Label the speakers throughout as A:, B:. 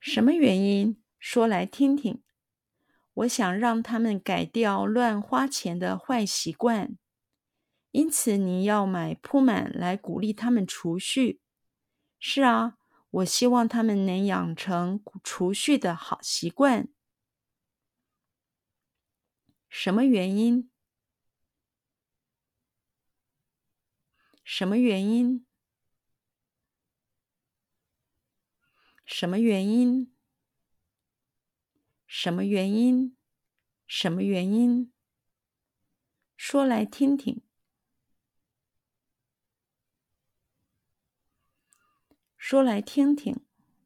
A: 什么原因？说来听听。我想让他们改掉乱花钱的坏习惯，因此你要买铺满来鼓励他们储蓄。是啊，我希望他们能养成储蓄的好习惯。什么原因？什么原因？什么原因？什么原因？什么原因？说来听听。说来听听。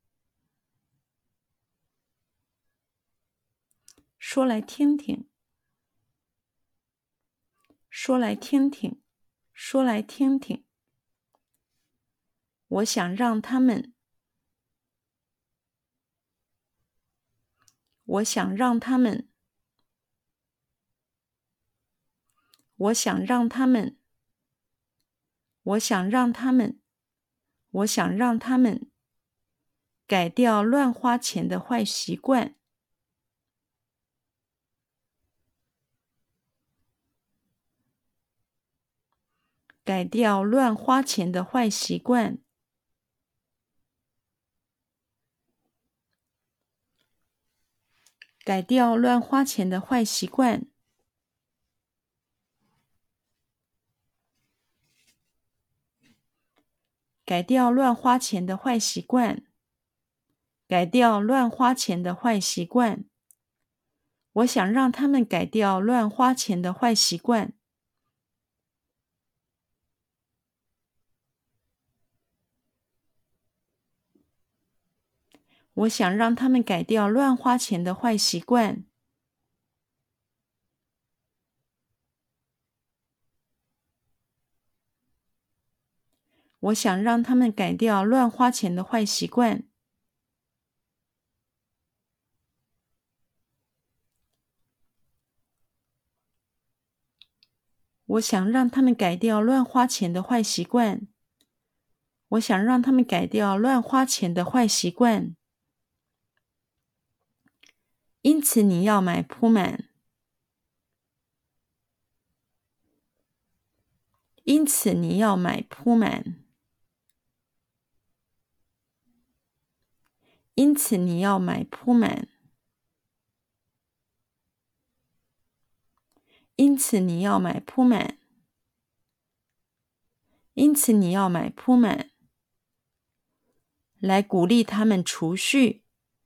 A: 说来听听。说来听听。说来听听。我想让他们。我想让他们。我想让他们。我想让他们。我想让他们改掉乱花钱的坏习惯。改掉乱花钱的坏习惯。改掉乱花钱的坏习惯。改掉乱花钱的坏习惯。改掉乱花钱的坏习惯。我想让他们改掉乱花钱的坏习惯。我想让他们改掉乱花钱的坏习惯。我想让他们改掉乱花钱的坏习惯。我想让他们改掉乱花钱的坏习惯。我想让他们改掉乱花钱的坏习惯。因此你要买铺满。因此你要买铺满。因此你要买铺满。因此你要买铺满。因此你要买铺满。来鼓励他们储蓄。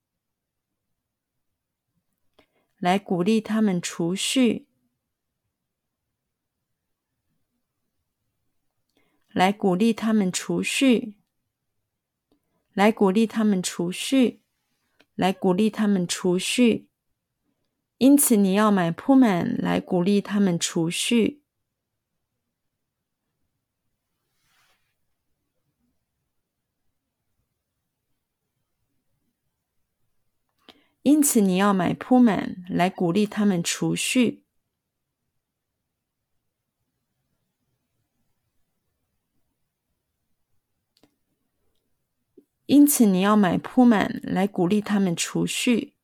A: 来鼓励他们储蓄。来鼓励他们储蓄。来鼓励他们储蓄。来鼓励他们储蓄。因此你要买铺满来鼓励他们储蓄。因此你要买铺满来鼓励他们储蓄。因此你要买铺满来鼓励他们储蓄。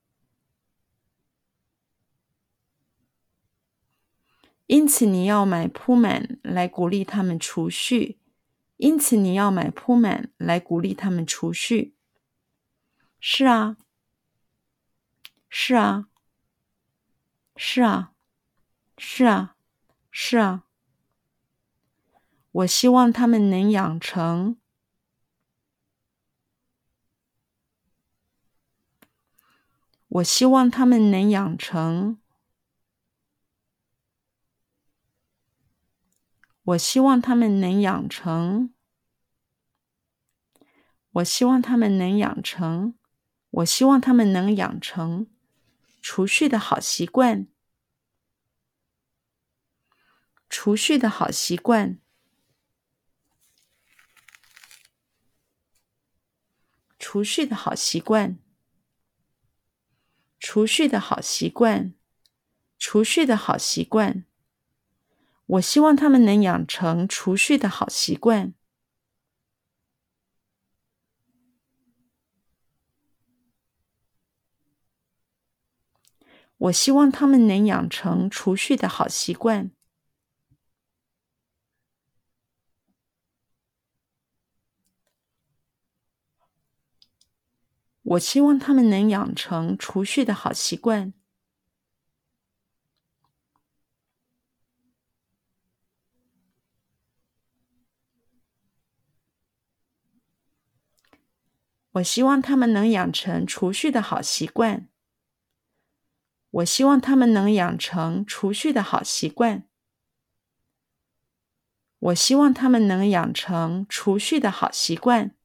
A: 因此你要买铺满来鼓励他们储蓄。因此你要买铺满来鼓励他们储蓄。是啊，是啊，是啊，是啊，是啊。我希望他们能养成。我希望他们能养成。我希望他们能养成。我希望他们能养成。我希望他们能养成储蓄的好习惯。储蓄的好习惯。储蓄的好习惯。储蓄的好习惯。储蓄的好习惯。我希望他们能养成储蓄的好习惯。 我希望他们能养成储蓄的好习惯。我希望他们能养成储蓄的好习惯。我希望他们能养成储蓄的好习惯。我希望他们能养成储蓄的好习惯。我希望他们能养成储蓄的好习惯。